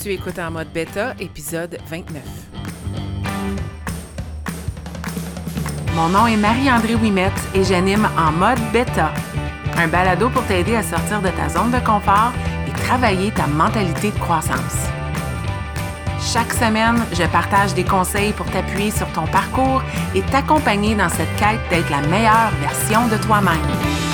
Tu écoutes En mode bêta, épisode 29. Mon nom est Marie-André Ouimette et j'anime En mode bêta, un balado pour t'aider à sortir de ta zone de confort et travailler ta mentalité de croissance. Chaque semaine, je partage des conseils pour t'appuyer sur ton parcours et t'accompagner dans cette quête d'être la meilleure version de toi-même.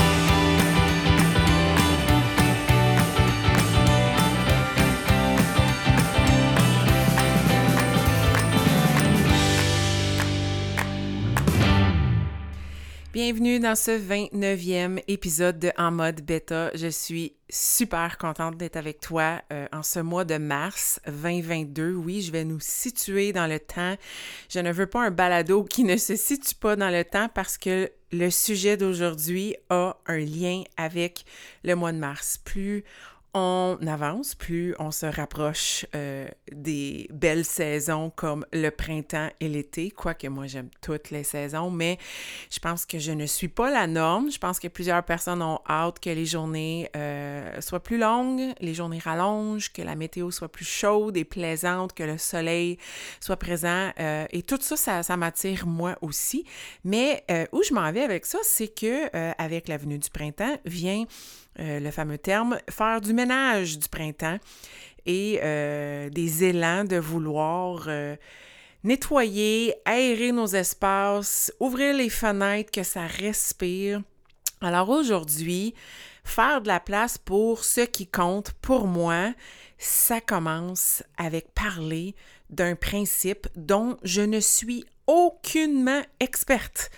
Bienvenue dans ce 29e épisode de En mode bêta. Je suis super contente d'être avec toi en ce mois de mars 2022. Oui, je vais nous situer dans le temps. Je ne veux pas un balado qui ne se situe pas dans le temps parce que le sujet d'aujourd'hui a un lien avec le mois de mars. Plus on avance, plus on se rapproche des belles saisons comme le printemps et l'été, quoique moi j'aime toutes les saisons, mais je pense que je ne suis pas la norme. Je pense que plusieurs personnes ont hâte que les journées soient plus longues, les journées rallongent, que la météo soit plus chaude et plaisante, que le soleil soit présent. Et tout ça, ça m'attire moi aussi. Mais où je m'en vais avec ça, c'est que avec la venue du printemps vient le fameux terme « faire du ménage du printemps » et des élans de vouloir nettoyer, aérer nos espaces, ouvrir les fenêtres, que ça respire. Alors aujourd'hui, faire de la place pour ce qui compte pour moi, ça commence avec parler d'un principe dont je ne suis aucunement experte.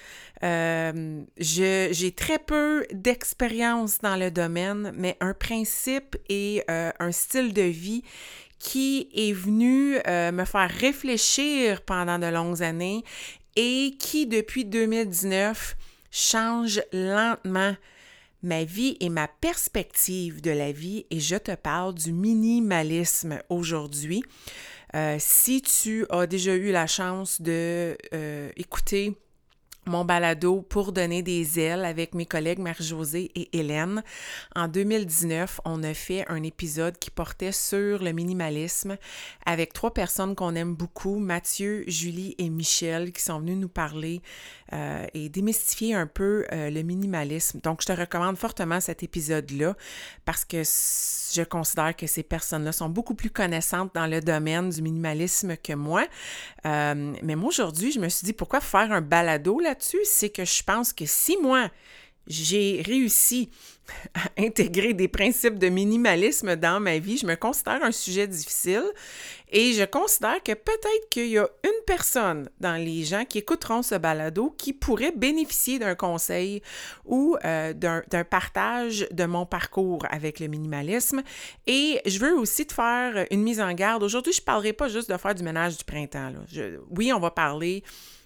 J'ai très peu d'expérience dans le domaine, mais un principe et un style de vie qui est venu me faire réfléchir pendant de longues années et qui, depuis 2019, change lentement ma vie et ma perspective de la vie. Et je te parle du minimalisme aujourd'hui. Si tu as déjà eu la chance de écouter mon balado pour donner des ailes avec mes collègues Marie-Josée et Hélène. En 2019, on a fait un épisode qui portait sur le minimalisme avec 3 personnes qu'on aime beaucoup, Mathieu, Julie et Michel, qui sont venus nous parler et démystifier un peu le minimalisme. Donc, je te recommande fortement cet épisode-là parce que je considère que ces personnes-là sont beaucoup plus connaissantes dans le domaine du minimalisme que moi. Mais moi, aujourd'hui, je me suis dit, pourquoi faire un balado là-dessus? C'est que je pense que si moi, j'ai réussi à intégrer des principes de minimalisme dans ma vie, je me considère un sujet difficile et je considère que peut-être qu'il y a une personne dans les gens qui écouteront ce balado qui pourrait bénéficier d'un conseil ou d'un partage de mon parcours avec le minimalisme. Et je veux aussi te faire une mise en garde. Aujourd'hui, je ne parlerai pas juste de faire du ménage du printemps, là. Oui, on va parler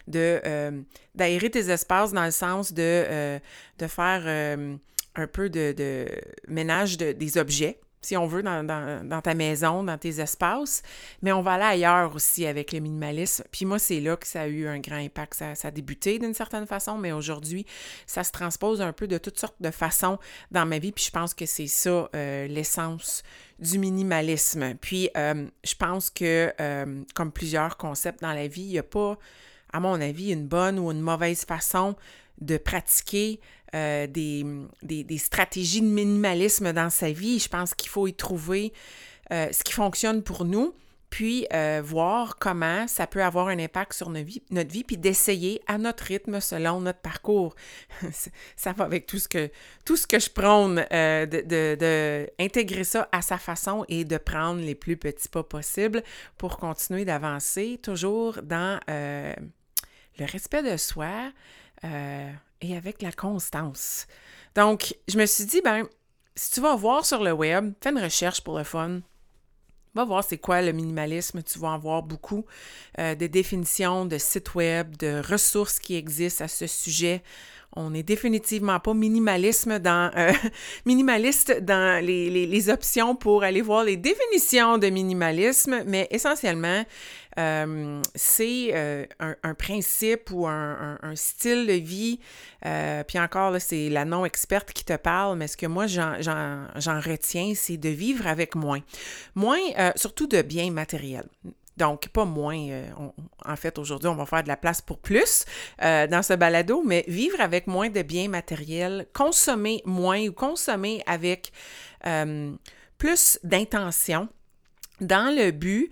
d'aérer tes espaces dans le sens de faire un peu de ménage des objets, si on veut, dans ta maison, dans tes espaces. Mais on va aller ailleurs aussi avec le minimalisme. Puis moi, c'est là que ça a eu un grand impact. Ça a débuté d'une certaine façon, mais aujourd'hui, ça se transpose un peu de toutes sortes de façons dans ma vie. Puis je pense que c'est ça l'essence du minimalisme. Puis je pense que, comme plusieurs concepts dans la vie, il n'y a pas, à mon avis, une bonne ou une mauvaise façon de pratiquer des stratégies de minimalisme dans sa vie. Je pense qu'il faut y trouver ce qui fonctionne pour nous, puis voir comment ça peut avoir un impact sur notre vie, puis d'essayer à notre rythme, selon notre parcours. Ça va avec tout ce que je prône, de intégrer ça à sa façon et de prendre les plus petits pas possibles pour continuer d'avancer, toujours dans le respect de soi, et avec la constance. Donc, je me suis dit, si tu vas voir sur le web, fais une recherche pour le fun, va voir c'est quoi le minimalisme, tu vas en voir beaucoup de définitions de sites web, de ressources qui existent à ce sujet. On n'est définitivement pas minimaliste dans les options pour aller voir les définitions de minimalisme, mais essentiellement, c'est un principe ou un style de vie. Puis encore, là, c'est la non-experte qui te parle, mais ce que moi, j'en retiens, c'est de vivre avec moins. Moins, surtout de biens matériels. Donc, pas moins. En fait, aujourd'hui, on va faire de la place pour plus dans ce balado, mais vivre avec moins de biens matériels, consommer moins ou consommer avec plus d'intention dans le but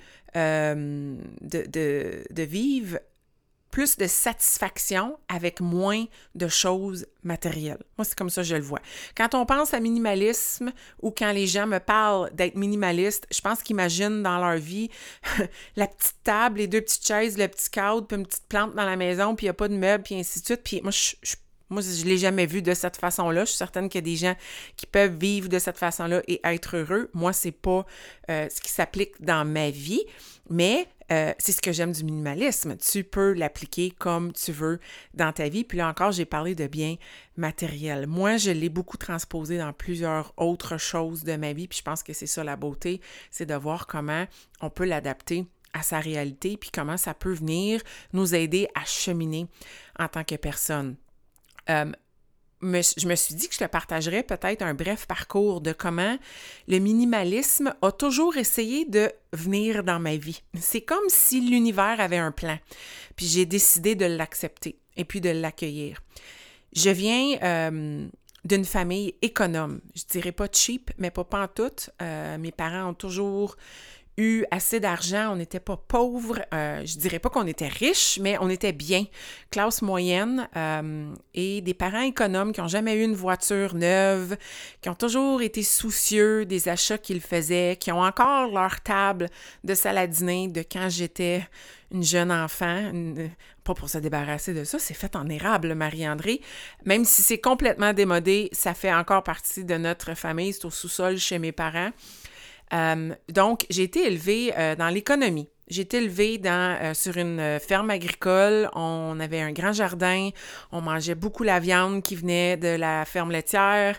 de vivre plus de satisfaction avec moins de choses matérielles. Moi, c'est comme ça que je le vois. Quand on pense à minimalisme ou quand les gens me parlent d'être minimaliste, je pense qu'ils imaginent dans leur vie la petite table, les 2 petites chaises, le petit cadre, puis une petite plante dans la maison, puis il n'y a pas de meubles, puis ainsi de suite. Puis moi, je ne l'ai jamais vu de cette façon-là. Je suis certaine qu'il y a des gens qui peuvent vivre de cette façon-là et être heureux. Moi, c'est pas ce qui s'applique dans ma vie, mais c'est ce que j'aime du minimalisme. Tu peux l'appliquer comme tu veux dans ta vie. Puis là encore, j'ai parlé de biens matériels. Moi, je l'ai beaucoup transposé dans plusieurs autres choses de ma vie. Puis je pense que c'est ça la beauté, c'est de voir comment on peut l'adapter à sa réalité, puis comment ça peut venir nous aider à cheminer en tant que personne. Je me suis dit que je te partagerais peut-être un bref parcours de comment le minimalisme a toujours essayé de venir dans ma vie. C'est comme si l'univers avait un plan, puis j'ai décidé de l'accepter et puis de l'accueillir. Je viens d'une famille économe. Je dirais pas cheap, mais pas pantoute. Mes parents ont toujours eu assez d'argent, on n'était pas pauvres, je dirais pas qu'on était riches, mais on était bien, classe moyenne, et des parents économes qui n'ont jamais eu une voiture neuve, qui ont toujours été soucieux des achats qu'ils faisaient, qui ont encore leur table de salle à dîner de quand j'étais une jeune enfant, pas pour se débarrasser de ça, c'est fait en érable, Marie-André. Même si c'est complètement démodé, ça fait encore partie de notre famille, c'est au sous-sol chez mes parents. Donc, j'ai été élevée dans l'économie. J'ai été élevée sur une ferme agricole. On avait un grand jardin. On mangeait beaucoup la viande qui venait de la ferme laitière.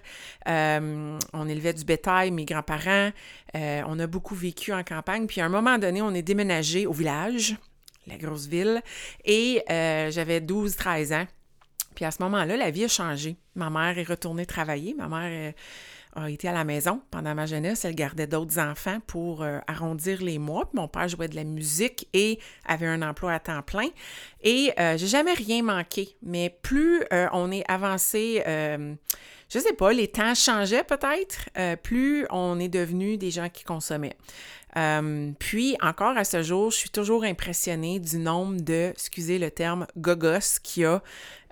On élevait du bétail, mes grands-parents. On a beaucoup vécu en campagne. Puis, à un moment donné, on est déménagé au village, la grosse ville, et j'avais 12-13 ans. Puis, à ce moment-là, la vie a changé. Ma mère est retournée travailler. Ma mère a été à la maison pendant ma jeunesse. Elle gardait d'autres enfants pour arrondir les mois. Puis mon père jouait de la musique et avait un emploi à temps plein. Et j'ai jamais rien manqué. Mais plus on est avancé, je sais pas, les temps changeaient peut-être, plus on est devenu des gens qui consommaient. Puis, encore à ce jour, je suis toujours impressionnée du nombre de, excusez le terme, gogos qu'il y a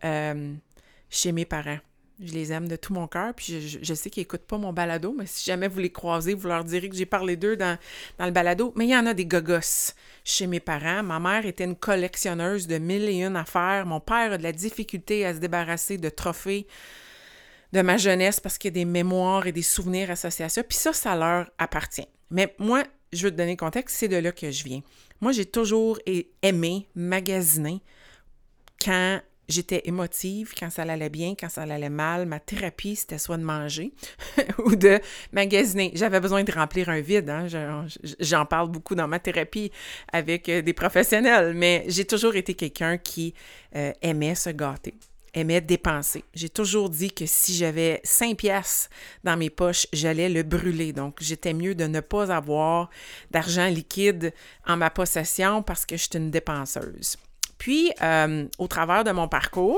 chez mes parents. Je les aime de tout mon cœur, puis je sais qu'ils n'écoutent pas mon balado, mais si jamais vous les croisez, vous leur direz que j'ai parlé d'eux dans le balado. Mais il y en a des gogos chez mes parents. Ma mère était une collectionneuse de 1001 affaires. Mon père a de la difficulté à se débarrasser de trophées de ma jeunesse parce qu'il y a des mémoires et des souvenirs associés à ça. Puis ça leur appartient. Mais moi, je veux te donner le contexte, c'est de là que je viens. Moi, j'ai toujours aimé magasiner quand j'étais émotive, quand ça allait bien, quand ça allait mal. Ma thérapie, c'était soit de manger ou de magasiner. J'avais besoin de remplir un vide. Hein? J'en parle beaucoup dans ma thérapie avec des professionnels, mais j'ai toujours été quelqu'un qui aimait se gâter, aimait dépenser. J'ai toujours dit que si j'avais 5 piastres dans mes poches, j'allais le brûler. Donc, j'étais mieux de ne pas avoir d'argent liquide en ma possession parce que j'étais une dépenseuse. Puis, au travers de mon parcours,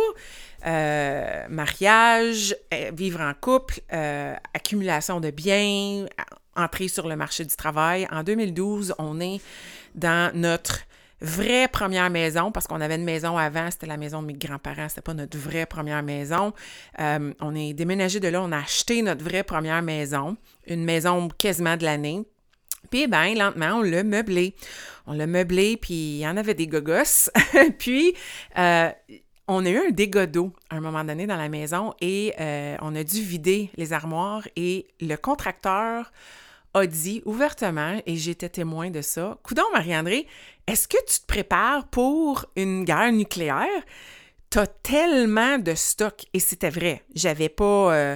mariage, vivre en couple, accumulation de biens, entrée sur le marché du travail, en 2012, on est dans notre vraie première maison, parce qu'on avait une maison avant, c'était la maison de mes grands-parents, c'était pas notre vraie première maison. On est déménagé de là, on a acheté notre vraie première maison, une maison quasiment de l'année. Puis, lentement, on l'a meublé. On l'a meublé, puis il y en avait des gogos. Puis, on a eu un dégât d'eau à un moment donné dans la maison et on a dû vider les armoires. Et le contracteur a dit ouvertement, et j'étais témoin de ça, « Coudonc, Marie-André, est-ce que tu te prépares pour une guerre nucléaire? t'as tellement de stock. Et c'était vrai. J'avais pas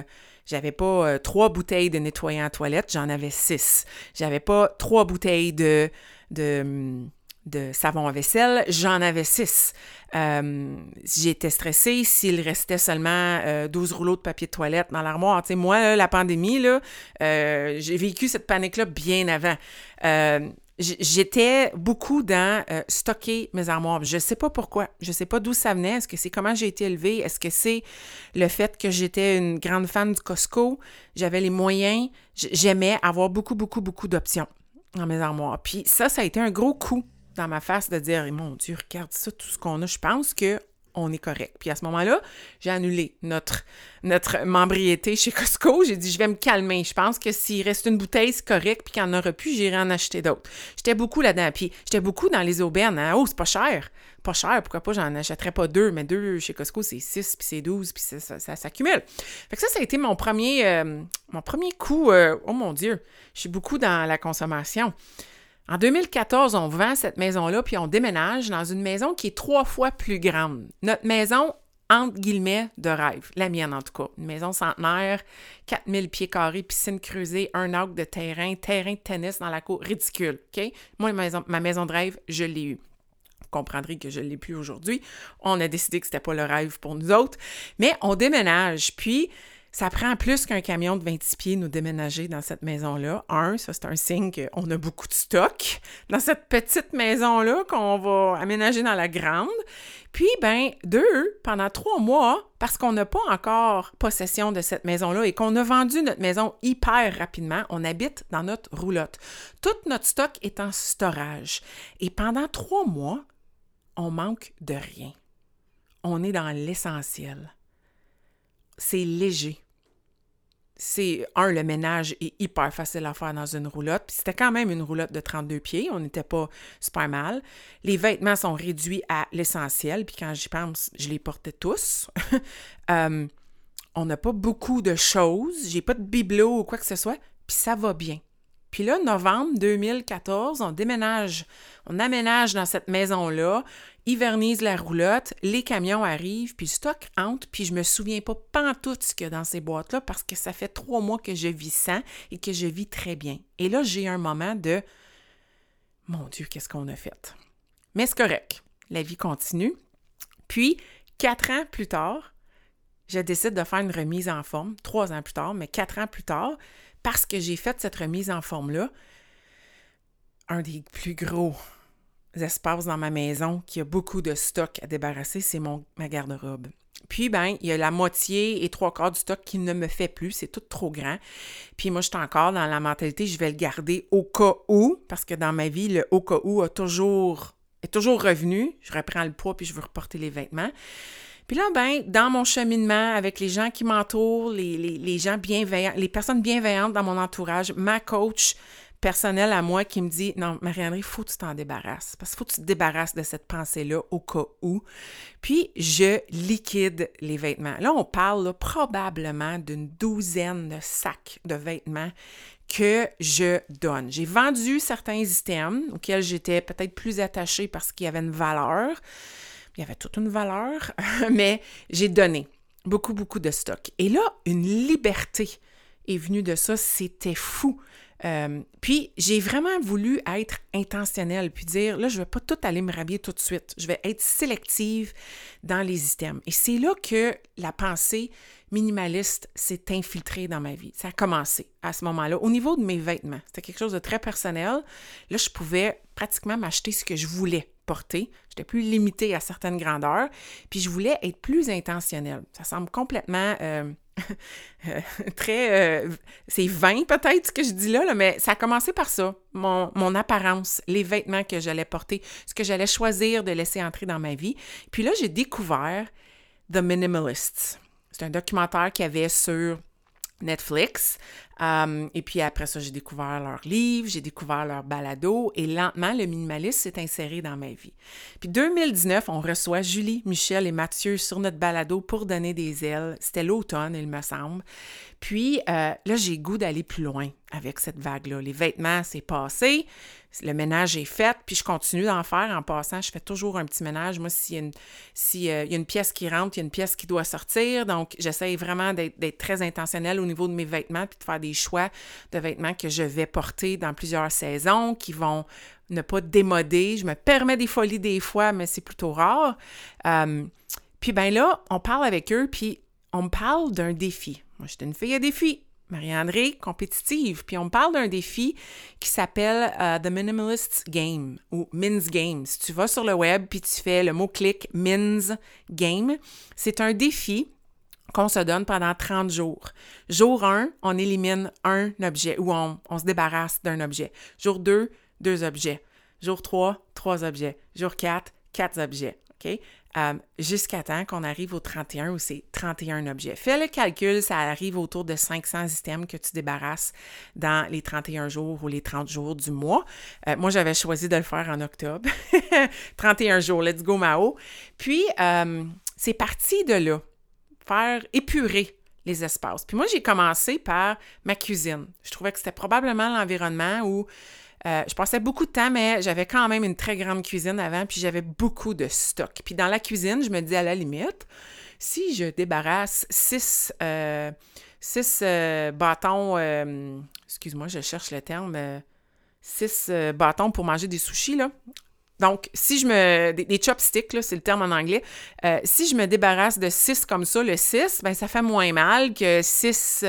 3 bouteilles de nettoyant à toilette, j'en avais 6. J'avais pas 3 bouteilles de savon à vaisselle, j'en avais 6. J'étais stressée s'il restait seulement 12 rouleaux de papier de toilette dans l'armoire. Tu sais, moi, là, la pandémie, là, j'ai vécu cette panique-là bien avant. J'étais beaucoup dans stocker mes armoires. Je ne sais pas pourquoi. Je ne sais pas d'où ça venait. Est-ce que c'est comment j'ai été élevée? Est-ce que c'est le fait que j'étais une grande fan du Costco? J'avais les moyens. J'aimais avoir beaucoup, beaucoup, beaucoup d'options dans mes armoires. Puis ça a été un gros coup dans ma face de dire, mon Dieu, regarde ça, tout ce qu'on a. Je pense qu'on est correct. Puis à ce moment-là, j'ai annulé notre membriété chez Costco. J'ai dit, je vais me calmer. Je pense que s'il reste une bouteille, c'est correct, puis qu'il n'y en aura plus, j'irai en acheter d'autres. J'étais beaucoup là-dedans. Puis j'étais beaucoup dans les aubaines. Hein? Oh, c'est pas cher. Pas cher, pourquoi pas, j'en achèterais pas 2, mais 2 chez Costco, c'est 6, puis c'est 12, puis ça s'accumule. Fait que ça a été mon premier coup. Oh mon Dieu, je suis beaucoup dans la consommation. En 2014, on vend cette maison-là, puis on déménage dans une maison qui est 3 fois plus grande. Notre maison, entre guillemets, de rêve. La mienne, en tout cas. Une maison centenaire, 4000 pieds carrés, piscine creusée, un acre de terrain de tennis dans la cour. Ridicule, OK? Moi, ma maison de rêve, je l'ai eue. Vous comprendrez que je ne l'ai plus aujourd'hui. On a décidé que c'était pas le rêve pour nous autres. Mais on déménage, puis ça prend plus qu'un camion de 26 pieds nous déménager dans cette maison-là. Ça, c'est un signe qu'on a beaucoup de stock dans cette petite maison-là qu'on va aménager dans la grande. Puis, 2, pendant 3 mois, parce qu'on n'a pas encore possession de cette maison-là et qu'on a vendu notre maison hyper rapidement, on habite dans notre roulotte. Tout notre stock est en storage. Et pendant 3 mois, on manque de rien. On est dans l'essentiel. C'est léger. Le ménage est hyper facile à faire dans une roulotte. Puis c'était quand même une roulotte de 32 pieds. On n'était pas super mal. Les vêtements sont réduits à l'essentiel. Puis quand j'y pense, je les portais tous. On n'a pas beaucoup de choses. J'ai pas de bibelot ou quoi que ce soit. Puis ça va bien. Puis là, novembre 2014, on aménage dans cette maison-là, hivernise la roulotte, les camions arrivent, puis le stock entre, puis je me souviens pas pantoute ce qu'il y a dans ces boîtes-là parce que ça fait 3 mois que je vis sans et que je vis très bien. Et là, j'ai un moment de « Mon Dieu, qu'est-ce qu'on a fait? » Mais c'est correct, la vie continue. Puis, 4 ans plus tard, je décide de faire une remise en forme, 3 ans plus tard, mais 4 ans plus tard, parce que j'ai fait cette remise en forme-là, un des plus gros espaces dans ma maison qui a beaucoup de stock à débarrasser, c'est ma garde-robe. Puis, il y a la moitié et 3/4 du stock qui ne me fait plus, c'est tout trop grand. Puis moi, je suis encore dans la mentalité, je vais le garder au cas où, parce que dans ma vie, le au cas où est toujours revenu. Je reprends le poids puis je veux reporter les vêtements. Puis là, dans mon cheminement avec les gens qui m'entourent, les gens bienveillants, les personnes bienveillantes dans mon entourage, ma coach personnelle à moi qui me dit « Non, Marie-André, il faut que tu t'en débarrasses. Parce qu'il faut que tu te débarrasses de cette pensée-là au cas où. » Puis, je liquide les vêtements. Là, on parle probablement d'une 12aine de sacs de vêtements que je donne. J'ai vendu certains items auxquels j'étais peut-être plus attachée parce qu'il y avait une valeur. Il y avait toute une valeur, mais j'ai donné beaucoup, beaucoup de stock. Et là, une liberté est venue de ça, c'était fou. Puis, j'ai vraiment voulu être intentionnelle, puis dire, là, je ne vais pas tout aller me rhabiller tout de suite. Je vais être sélective dans les items. Et c'est là que la pensée minimaliste s'est infiltrée dans ma vie. Ça a commencé à ce moment-là. Au niveau de mes vêtements, c'était quelque chose de très personnel. Là, je pouvais pratiquement m'acheter ce que je voulais porter. J'étais plus limitée à certaines grandeurs. Puis, je voulais être plus intentionnelle. Ça semble complètement... c'est vain peut-être ce que je dis là, mais ça a commencé par ça, mon apparence, les vêtements que j'allais porter, ce que j'allais choisir de laisser entrer dans ma vie. Puis là, j'ai découvert The Minimalists. C'est un documentaire qu'il y avait sur Netflix. Et puis après ça, j'ai découvert leurs livres, j'ai découvert leurs balados et lentement, le minimalisme s'est inséré dans ma vie. Puis 2019, on reçoit Julie, Michel et Mathieu sur notre balado pour donner des ailes. C'était l'automne, il me semble. Puis là, j'ai le goût d'aller plus loin avec cette vague-là. Les vêtements, c'est passé, le ménage est fait, puis je continue d'en faire en passant. Je fais toujours un petit ménage. Moi, s'il y a une pièce qui rentre, il y a une pièce qui doit sortir. Donc, j'essaie vraiment d'être très intentionnelle au niveau de mes vêtements, puis de faire des choix de vêtements que je vais porter dans plusieurs saisons, qui vont ne pas démoder. Je me permets des folies des fois, mais c'est plutôt rare. Puis ben là, on parle avec eux, puis on me parle d'un défi. Moi, j'étais une fille à défi. Marie-André, compétitive. Puis on me parle d'un défi qui s'appelle The Minimalist Game ou Min's Game. Si tu vas sur le web puis tu fais le mot-clic Min's Game, c'est un défi qu'on se donne pendant 30 jours. Jour 1, on élimine un objet ou on se débarrasse d'un objet. Jour 2, 2 objets. Jour 3, 3 objets. Jour 4, 4 objets. OK? Jusqu'à temps qu'on arrive au 31 où c'est 31 objets. Fais le calcul, ça arrive autour de 500 items que tu débarrasses dans les 31 jours ou les 30 jours du mois. Moi, j'avais choisi de le faire en octobre. 31 jours, let's go Mao. Puis, c'est parti de là, faire épurer les espaces. Puis moi, j'ai commencé par ma cuisine. Je trouvais que c'était probablement l'environnement où je passais beaucoup de temps, mais j'avais quand même une très grande cuisine avant, puis j'avais beaucoup de stock. Puis dans la cuisine, je me dis à la limite, si je débarrasse 6 bâtons, excuse-moi, je cherche le terme, 6 bâtons pour manger des sushis, là. Donc, si des chopsticks, là, c'est le terme en anglais, si je me débarrasse de 6 comme ça, le 6, ben ça fait moins mal que 6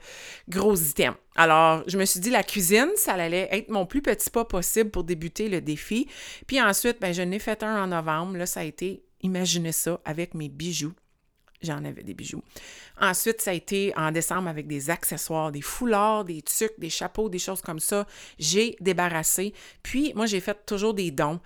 gros items. Alors, je me suis dit, la cuisine, ça allait être mon plus petit pas possible pour débuter le défi. Puis ensuite, ben je n'ai fait un en novembre. Là, ça a été, imaginez ça, avec mes bijoux. J'en avais des bijoux. Ensuite, ça a été en décembre avec des accessoires, des foulards, des tuques, des chapeaux, des choses comme ça. J'ai débarrassé. Puis, moi, j'ai fait toujours des dons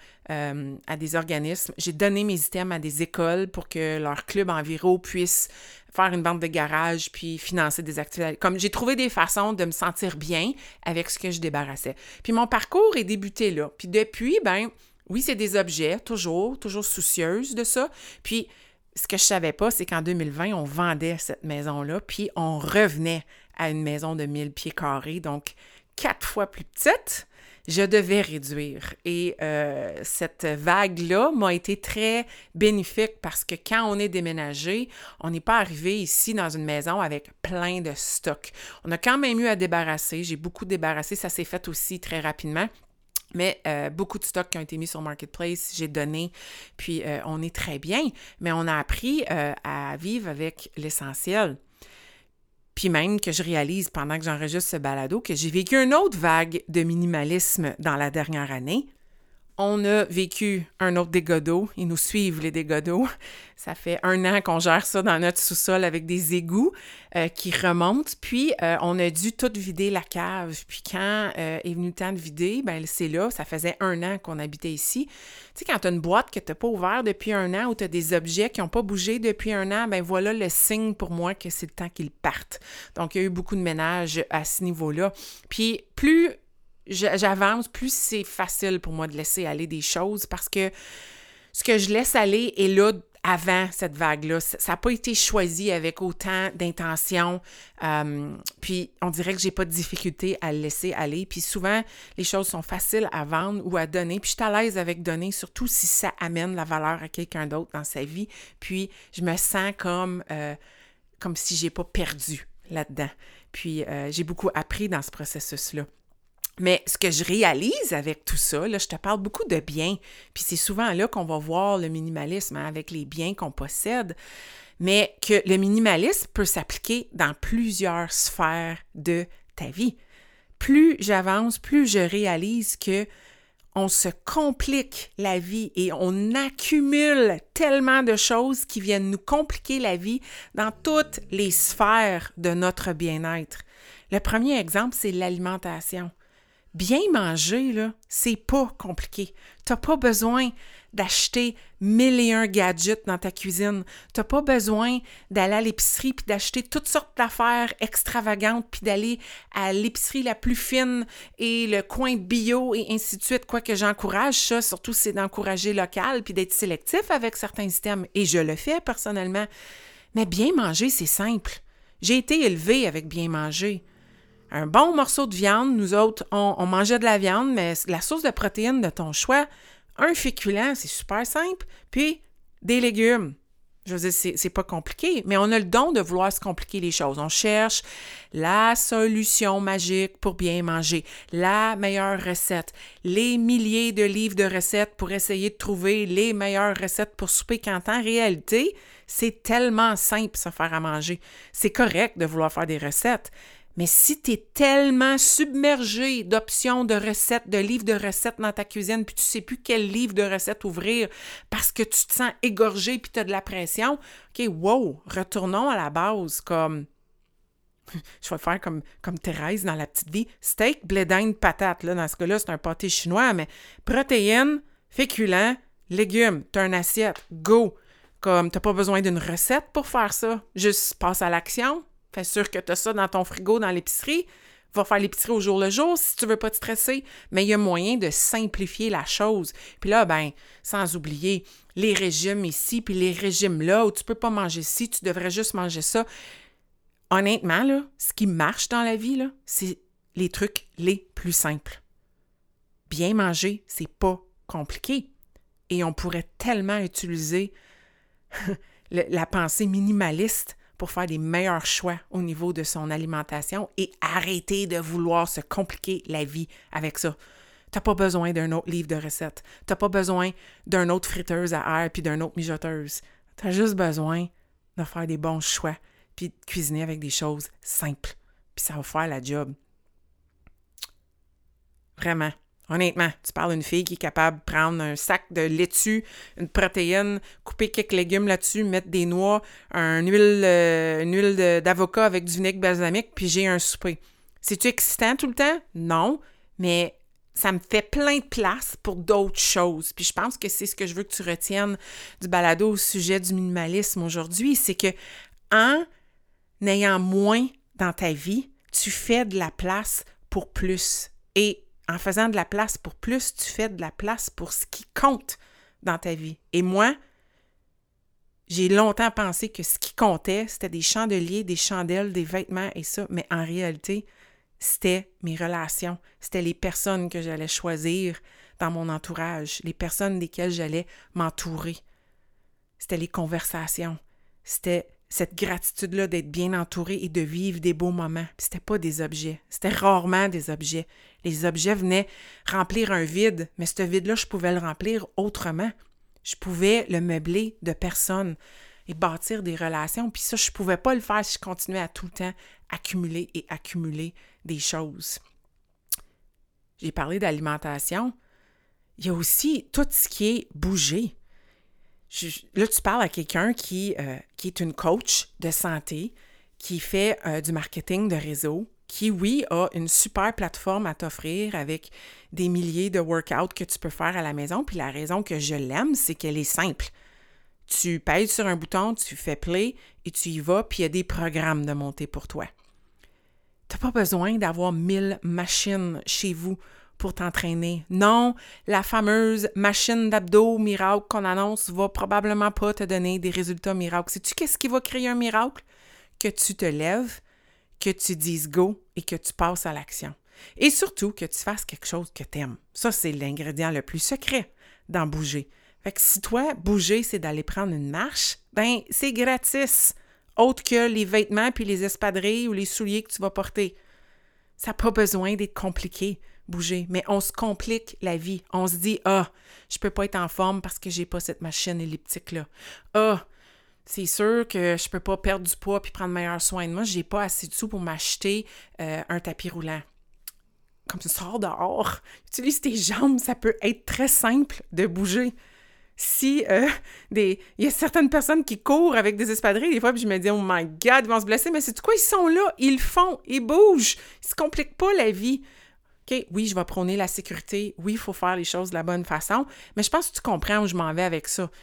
à des organismes. J'ai donné mes items à des écoles pour que leur club enviro puisse faire une vente de garage puis financer des activités. Comme j'ai trouvé des façons de me sentir bien avec ce que je débarrassais. Puis, mon parcours est débuté là. Puis, depuis, ben oui, c'est des objets, toujours soucieuse de ça. Puis, ce que je savais pas, c'est qu'en 2020, on vendait cette maison-là, puis on revenait à une maison de 1000 pieds carrés, donc 4 fois plus petite. Je devais réduire. Et cette vague-là m'a été très bénéfique parce que quand on est déménagé, on n'est pas arrivé ici dans une maison avec plein de stock. On a quand même eu à débarrasser. J'ai beaucoup débarrassé. Ça s'est fait aussi très rapidement. Mais beaucoup de stocks qui ont été mis sur Marketplace, j'ai donné, puis on est très bien, mais on a appris à vivre avec l'essentiel. Puis même que je réalise pendant que j'enregistre ce balado que j'ai vécu une autre vague de minimalisme dans la dernière année. On a vécu un autre dégât d'eau. Ils nous suivent, les dégâts d'eau. Ça fait 1 an qu'on gère ça dans notre sous-sol avec des égouts qui remontent. Puis, on a dû tout vider la cave. Puis, quand est venu le temps de vider, ben c'est là, ça faisait 1 an qu'on habitait ici. Tu sais, quand tu as une boîte que tu n'as pas ouverte depuis 1 an ou tu as des objets qui n'ont pas bougé depuis 1 an, ben voilà le signe pour moi que c'est le temps qu'ils partent. Donc, il y a eu beaucoup de ménage à ce niveau-là. Puis, plus j'avance, plus c'est facile pour moi de laisser aller des choses parce que ce que je laisse aller est là avant cette vague-là. Ça n'a pas été choisi avec autant d'intention. Puis, on dirait que j'ai pas de difficulté à le laisser aller. Puis souvent, les choses sont faciles à vendre ou à donner. Puis, je suis à l'aise avec donner, surtout si ça amène la valeur à quelqu'un d'autre dans sa vie. Puis, je me sens comme si j'ai pas perdu là-dedans. Puis, j'ai beaucoup appris dans ce processus-là. Mais ce que je réalise avec tout ça, là, je te parle beaucoup de biens, puis c'est souvent là qu'on va voir le minimalisme, hein, avec les biens qu'on possède, mais que le minimalisme peut s'appliquer dans plusieurs sphères de ta vie. Plus j'avance, plus je réalise que on se complique la vie et on accumule tellement de choses qui viennent nous compliquer la vie dans toutes les sphères de notre bien-être. Le premier exemple, c'est l'alimentation. Bien manger, là, c'est pas compliqué. T'as pas besoin d'acheter 1001 gadgets dans ta cuisine. T'as pas besoin d'aller à l'épicerie puis d'acheter toutes sortes d'affaires extravagantes puis d'aller à l'épicerie la plus fine et le coin bio et ainsi de suite. Quoique j'encourage ça, surtout c'est d'encourager local puis d'être sélectif avec certains items. Et je le fais personnellement. Mais bien manger, c'est simple. J'ai été élevée avec bien manger. Un bon morceau de viande, nous autres, on mangeait de la viande, mais la source de protéines de ton choix, un féculent, c'est super simple, puis des légumes. Je veux dire, c'est pas compliqué, mais on a le don de vouloir se compliquer les choses. On cherche la solution magique pour bien manger, la meilleure recette, les milliers de livres de recettes pour essayer de trouver les meilleures recettes pour souper, quand en réalité, c'est tellement simple se faire à manger. C'est correct de vouloir faire des recettes, mais si tu es tellement submergé d'options de recettes, de livres de recettes dans ta cuisine, puis tu ne sais plus quel livre de recettes ouvrir parce que tu te sens égorgé puis tu as de la pression, OK, wow, retournons à la base comme... Je vais faire comme Thérèse dans La Petite Vie. Steak, blé d'Inde, patate. Là, dans ce cas-là, c'est un pâté chinois, mais protéines, féculents, légumes. Tu as une assiette. Go! Comme tu n'as pas besoin d'une recette pour faire ça. Juste passe à l'action. Fais sûr que tu as ça dans ton frigo, dans l'épicerie. Va faire l'épicerie au jour le jour si tu veux pas te stresser. Mais il y a moyen de simplifier la chose. Puis là, sans oublier les régimes ici, puis les régimes là, où tu peux pas manger ci, tu devrais juste manger ça. Honnêtement, là, ce qui marche dans la vie, là, c'est les trucs les plus simples. Bien manger, c'est pas compliqué. Et on pourrait tellement utiliser la pensée minimaliste pour faire des meilleurs choix au niveau de son alimentation et arrêter de vouloir se compliquer la vie avec ça. T'as pas besoin d'un autre livre de recettes. T'as pas besoin d'un autre friteuse à air puis d'un autre mijoteuse. T'as juste besoin de faire des bons choix puis de cuisiner avec des choses simples. Puis ça va faire la job. Vraiment. Honnêtement, tu parles d'une fille qui est capable de prendre un sac de laitue, une protéine, couper quelques légumes là-dessus, mettre des noix, une huile d'avocat avec du vinaigre balsamique, puis j'ai un souper. C'est-tu excitant tout le temps? Non, mais ça me fait plein de place pour d'autres choses. Puis je pense que c'est ce que je veux que tu retiennes du balado au sujet du minimalisme aujourd'hui, c'est que en ayant moins dans ta vie, tu fais de la place pour plus. Et en faisant de la place pour plus, tu fais de la place pour ce qui compte dans ta vie. Et moi, j'ai longtemps pensé que ce qui comptait, c'était des chandeliers, des chandelles, des vêtements et ça. Mais en réalité, c'était mes relations. C'était les personnes que j'allais choisir dans mon entourage, les personnes desquelles j'allais m'entourer. C'était les conversations. C'était cette gratitude-là d'être bien entouré et de vivre des beaux moments. Puis c'était pas des objets. C'était rarement des objets. Les objets venaient remplir un vide, mais ce vide-là, je pouvais le remplir autrement. Je pouvais le meubler de personnes et bâtir des relations. Puis ça, je pouvais pas le faire si je continuais à tout le temps accumuler et accumuler des choses. J'ai parlé d'alimentation. Il y a aussi tout ce qui est bouger. Là, tu parles à quelqu'un qui est une coach de santé, qui fait du marketing de réseau, qui, oui, a une super plateforme à t'offrir avec des milliers de workouts que tu peux faire à la maison. Puis la raison que je l'aime, c'est qu'elle est simple. Tu pèses sur un bouton, tu fais play et tu y vas, puis il y a des programmes de montée pour toi. Tu n'as pas besoin d'avoir 1000 machines chez vous pour t'entraîner. Non, la fameuse machine d'abdos miracle qu'on annonce va probablement pas te donner des résultats miracles. Sais-tu qu'est-ce qui va créer un miracle? Que tu te lèves, que tu dises go et que tu passes à l'action. Et surtout, que tu fasses quelque chose que tu aimes. Ça, c'est l'ingrédient le plus secret dans bouger. Fait que si toi, bouger, c'est d'aller prendre une marche, c'est gratis. Autre que les vêtements puis les espadrilles ou les souliers que tu vas porter. Ça n'a pas besoin d'être compliqué. Bouger, mais on se complique la vie. On se dit, je peux pas être en forme parce que j'ai pas cette machine elliptique-là. C'est sûr que je peux pas perdre du poids puis prendre meilleur soin de moi. J'ai pas assez de sous pour m'acheter un tapis roulant. Comme tu sors dehors, utilise tes jambes, ça peut être très simple de bouger. Si il y a certaines personnes qui courent avec des espadrilles, des fois, puis je me dis, oh my God, ils vont se blesser, mais c'est quoi, ils sont là, ils le font, ils bougent, ils se compliquent pas la vie. OK, oui, je vais prôner la sécurité. Oui, il faut faire les choses de la bonne façon. Mais je pense que tu comprends où je m'en vais avec ça.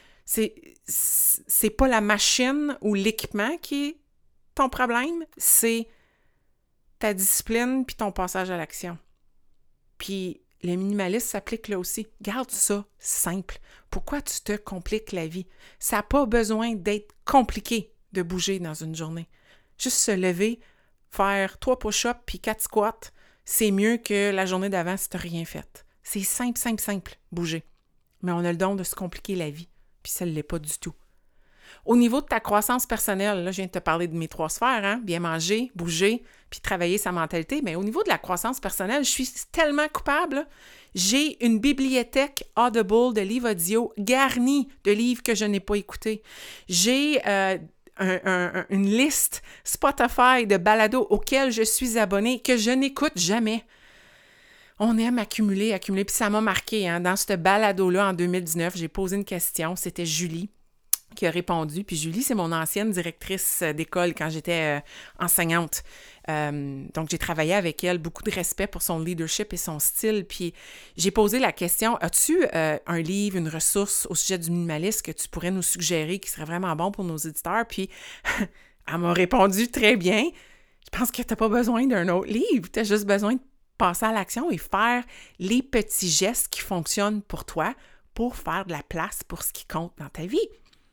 C'est pas la machine ou l'équipement qui est ton problème, c'est ta discipline puis ton passage à l'action. Puis le minimalisme s'applique là aussi. Garde ça simple. Pourquoi tu te compliques la vie? Ça n'a pas besoin d'être compliqué de bouger dans une journée. Juste se lever, faire 3 push-ups puis 4 squats, c'est mieux que la journée d'avant si tu n'as rien fait. C'est simple, simple, simple, bouger. Mais on a le don de se compliquer la vie, puis ça ne l'est pas du tout. Au niveau de ta croissance personnelle, là, je viens de te parler de mes 3 sphères, hein? Bien manger, bouger, puis travailler sa mentalité. Mais au niveau de la croissance personnelle, je suis tellement coupable. Là. J'ai une bibliothèque Audible de livres audio garnie de livres que je n'ai pas écoutés. J'ai une liste Spotify de balados auxquels je suis abonnée que je n'écoute jamais. On aime accumuler, puis ça m'a marqué. Hein? Dans ce balado-là, en 2019, j'ai posé une question, c'était Julie qui a répondu. Puis Julie, c'est mon ancienne directrice d'école quand j'étais enseignante. Donc, j'ai travaillé avec elle, beaucoup de respect pour son leadership et son style. Puis j'ai posé la question, as-tu un livre, une ressource au sujet du minimalisme que tu pourrais nous suggérer qui serait vraiment bon pour nos éditeurs? Puis elle m'a répondu très bien. Je pense que tu n'as pas besoin d'un autre livre. Tu as juste besoin de passer à l'action et faire les petits gestes qui fonctionnent pour toi pour faire de la place pour ce qui compte dans ta vie.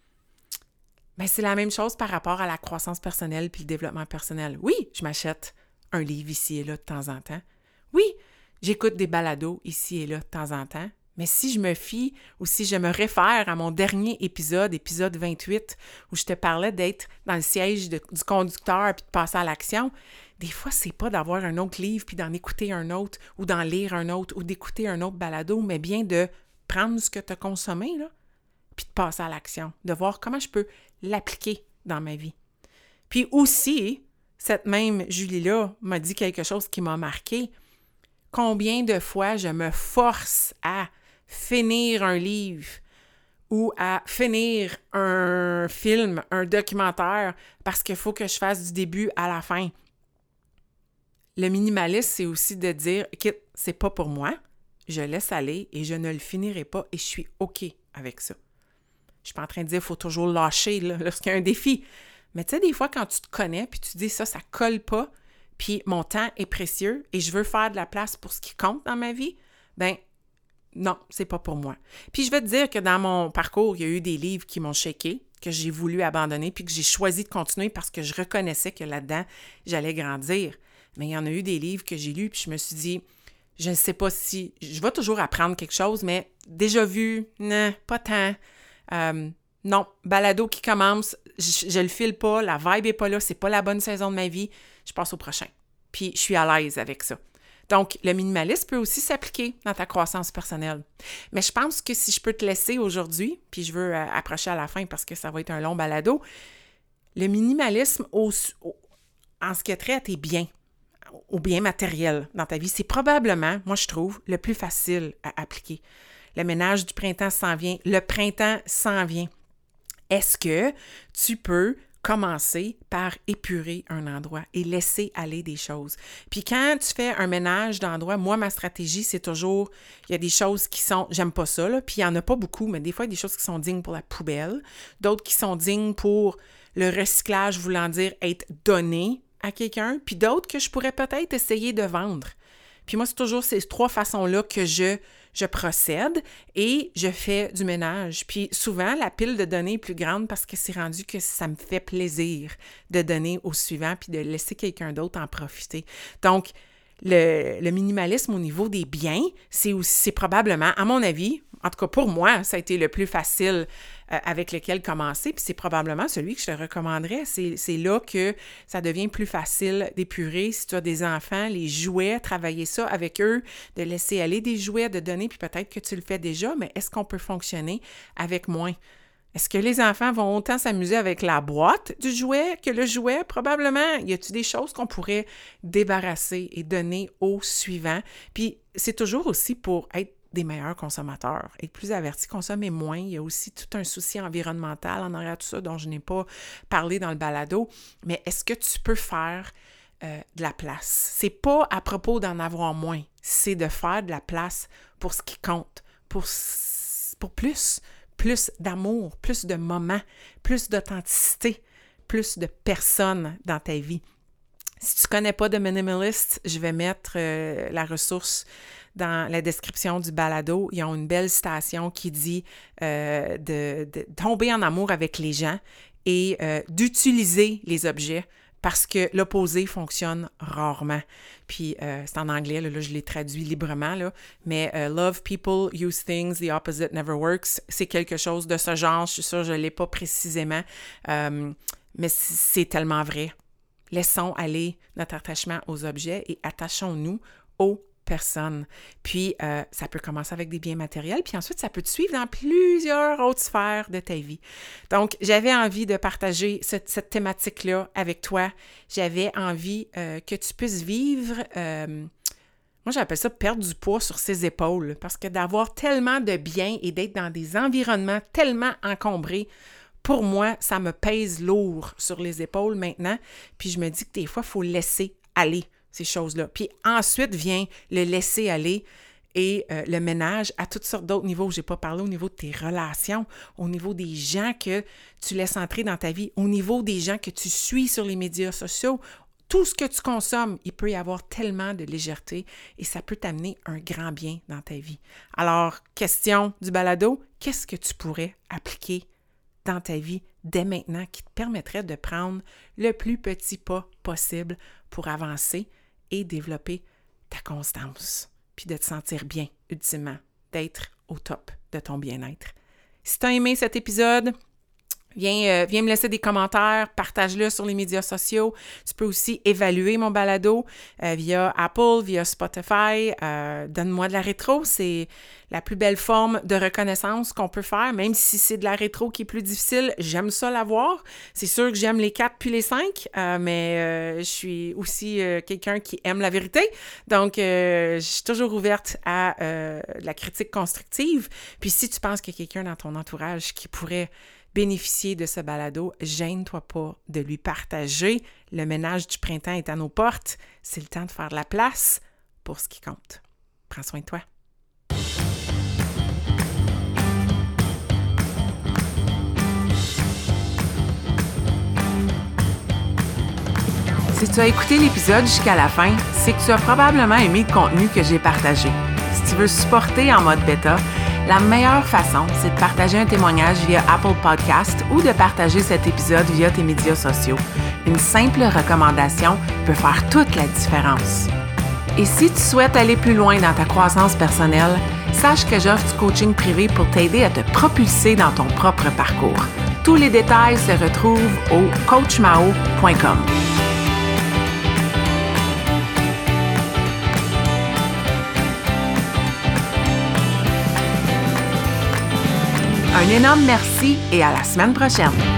Bien, c'est la même chose par rapport à la croissance personnelle puis le développement personnel. Oui, je m'achète un livre ici et là de temps en temps. Oui, j'écoute des balados ici et là de temps en temps. Mais si je me fie ou si je me réfère à mon dernier épisode 28, où je te parlais d'être dans le siège du conducteur puis de passer à l'action, des fois, c'est pas d'avoir un autre livre puis d'en écouter un autre ou d'en lire un autre ou d'écouter un autre balado, mais bien de prendre ce que tu as consommé, là, puis de passer à l'action, de voir comment je peux l'appliquer dans ma vie. Puis aussi, cette même Julie-là m'a dit quelque chose qui m'a marqué. Combien de fois je me force à finir un livre ou à finir un film, un documentaire, parce qu'il faut que je fasse du début à la fin. Le minimalisme, c'est aussi de dire, écoute, c'est pas pour moi, je laisse aller et je ne le finirai pas et je suis OK avec ça. Je suis pas en train de dire qu'il faut toujours lâcher là, lorsqu'il y a un défi. Mais tu sais, des fois, quand tu te connais, puis tu te dis ça colle pas, puis mon temps est précieux et je veux faire de la place pour ce qui compte dans ma vie, ben non, c'est pas pour moi. Puis je vais te dire que dans mon parcours, il y a eu des livres qui m'ont shaké, que j'ai voulu abandonner, puis que j'ai choisi de continuer parce que je reconnaissais que là-dedans, j'allais grandir. Mais il y en a eu des livres que j'ai lus, puis je me suis dit, je ne sais pas si... Je vais toujours apprendre quelque chose, mais déjà vu, non, pas tant... non, balado qui commence, je le file pas, la vibe est pas là, c'est pas la bonne saison de ma vie, je passe au prochain. Puis je suis à l'aise avec ça. Donc, le minimalisme peut aussi s'appliquer dans ta croissance personnelle. Mais je pense que si je peux te laisser aujourd'hui, puis je veux approcher à la fin parce que ça va être un long balado, le minimalisme en ce qui a trait à tes biens, aux biens matériels dans ta vie, c'est probablement, moi je trouve, le plus facile à appliquer. Le ménage du printemps s'en vient. Le printemps s'en vient. Est-ce que tu peux commencer par épurer un endroit et laisser aller des choses? Puis quand tu fais un ménage d'endroit, moi, ma stratégie, c'est toujours, il y a des choses qui sont, j'aime pas ça, là, puis il y en a pas beaucoup, mais des fois, il y a des choses qui sont dignes pour la poubelle, d'autres qui sont dignes pour le recyclage, voulant dire être donné à quelqu'un, puis d'autres que je pourrais peut-être essayer de vendre. Puis moi, c'est toujours ces 3 façons-là que je procède et je fais du ménage. Puis souvent, la pile de données est plus grande parce que c'est rendu que ça me fait plaisir de donner au suivant puis de laisser quelqu'un d'autre en profiter. Donc, le minimalisme au niveau des biens, c'est probablement, à mon avis, en tout cas pour moi, ça a été le plus facile avec lequel commencer, puis c'est probablement celui que je te recommanderais. C'est là que ça devient plus facile d'épurer. Si tu as des enfants, les jouets, travailler ça avec eux, de laisser aller des jouets, de donner, puis peut-être que tu le fais déjà, mais est-ce qu'on peut fonctionner avec moins? Est-ce que les enfants vont autant s'amuser avec la boîte du jouet que le jouet? Probablement. Y a-t-il des choses qu'on pourrait débarrasser et donner au suivant? Puis c'est toujours aussi pour être des meilleurs consommateurs, être plus avertis, consommer moins. Il y a aussi tout un souci environnemental en arrière de tout ça dont je n'ai pas parlé dans le balado. Mais est-ce que tu peux faire de la place. C'est pas à propos d'en avoir moins, c'est de faire de la place pour ce qui compte, pour plus d'amour, plus de moments, plus d'authenticité, plus de personnes dans ta vie. Si tu ne connais pas de Minimalist, je vais mettre la ressource dans la description du balado. Ils ont une belle citation qui dit de tomber en amour avec les gens et d'utiliser les objets parce que l'opposé fonctionne rarement. Puis c'est en anglais, là je l'ai traduit librement, là, mais love people, use things, the opposite never works. C'est quelque chose de ce genre, je suis sûre que je ne l'ai pas précisément, mais c'est tellement vrai. Laissons aller notre attachement aux objets et attachons-nous aux personnes. Puis, ça peut commencer avec des biens matériels, puis ensuite, ça peut te suivre dans plusieurs autres sphères de ta vie. Donc, j'avais envie de partager cette thématique-là avec toi. J'avais envie que tu puisses vivre, moi, j'appelle ça perdre du poids sur ses épaules, parce que d'avoir tellement de biens et d'être dans des environnements tellement encombrés, pour moi, ça me pèse lourd sur les épaules maintenant, puis je me dis que des fois, il faut laisser aller ces choses-là. Puis ensuite vient le laisser aller et le ménage à toutes sortes d'autres niveaux. Je n'ai pas parlé au niveau de tes relations, au niveau des gens que tu laisses entrer dans ta vie, au niveau des gens que tu suis sur les médias sociaux. Tout ce que tu consommes, il peut y avoir tellement de légèreté et ça peut t'amener un grand bien dans ta vie. Alors, question du balado, qu'est-ce que tu pourrais appliquer dans ta vie dès maintenant qui te permettrait de prendre le plus petit pas possible pour avancer et développer ta constance, puis de te sentir bien, ultimement, d'être au top de ton bien-être. Si tu as aimé cet épisode, viens me laisser des commentaires, partage-le sur les médias sociaux. Tu peux aussi évaluer mon balado via Apple, via Spotify. Donne-moi de la rétro, c'est la plus belle forme de reconnaissance qu'on peut faire, même si c'est de la rétro qui est plus difficile, j'aime ça l'avoir. C'est sûr que j'aime les 4 puis les 5, mais je suis aussi quelqu'un qui aime la vérité. Donc, je suis toujours ouverte à la critique constructive. Puis si tu penses qu'il y a quelqu'un dans ton entourage qui pourrait bénéficier de ce balado, gêne-toi pas de lui partager. Le ménage du printemps est à nos portes. C'est le temps de faire de la place pour ce qui compte. Prends soin de toi. Si tu as écouté l'épisode jusqu'à la fin, c'est que tu as probablement aimé le contenu que j'ai partagé. Si tu veux supporter en mode bêta, la meilleure façon, c'est de partager un témoignage via Apple Podcast ou de partager cet épisode via tes médias sociaux. Une simple recommandation peut faire toute la différence. Et si tu souhaites aller plus loin dans ta croissance personnelle, sache que j'offre du coaching privé pour t'aider à te propulser dans ton propre parcours. Tous les détails se retrouvent au coachmao.com. Un énorme merci et à la semaine prochaine!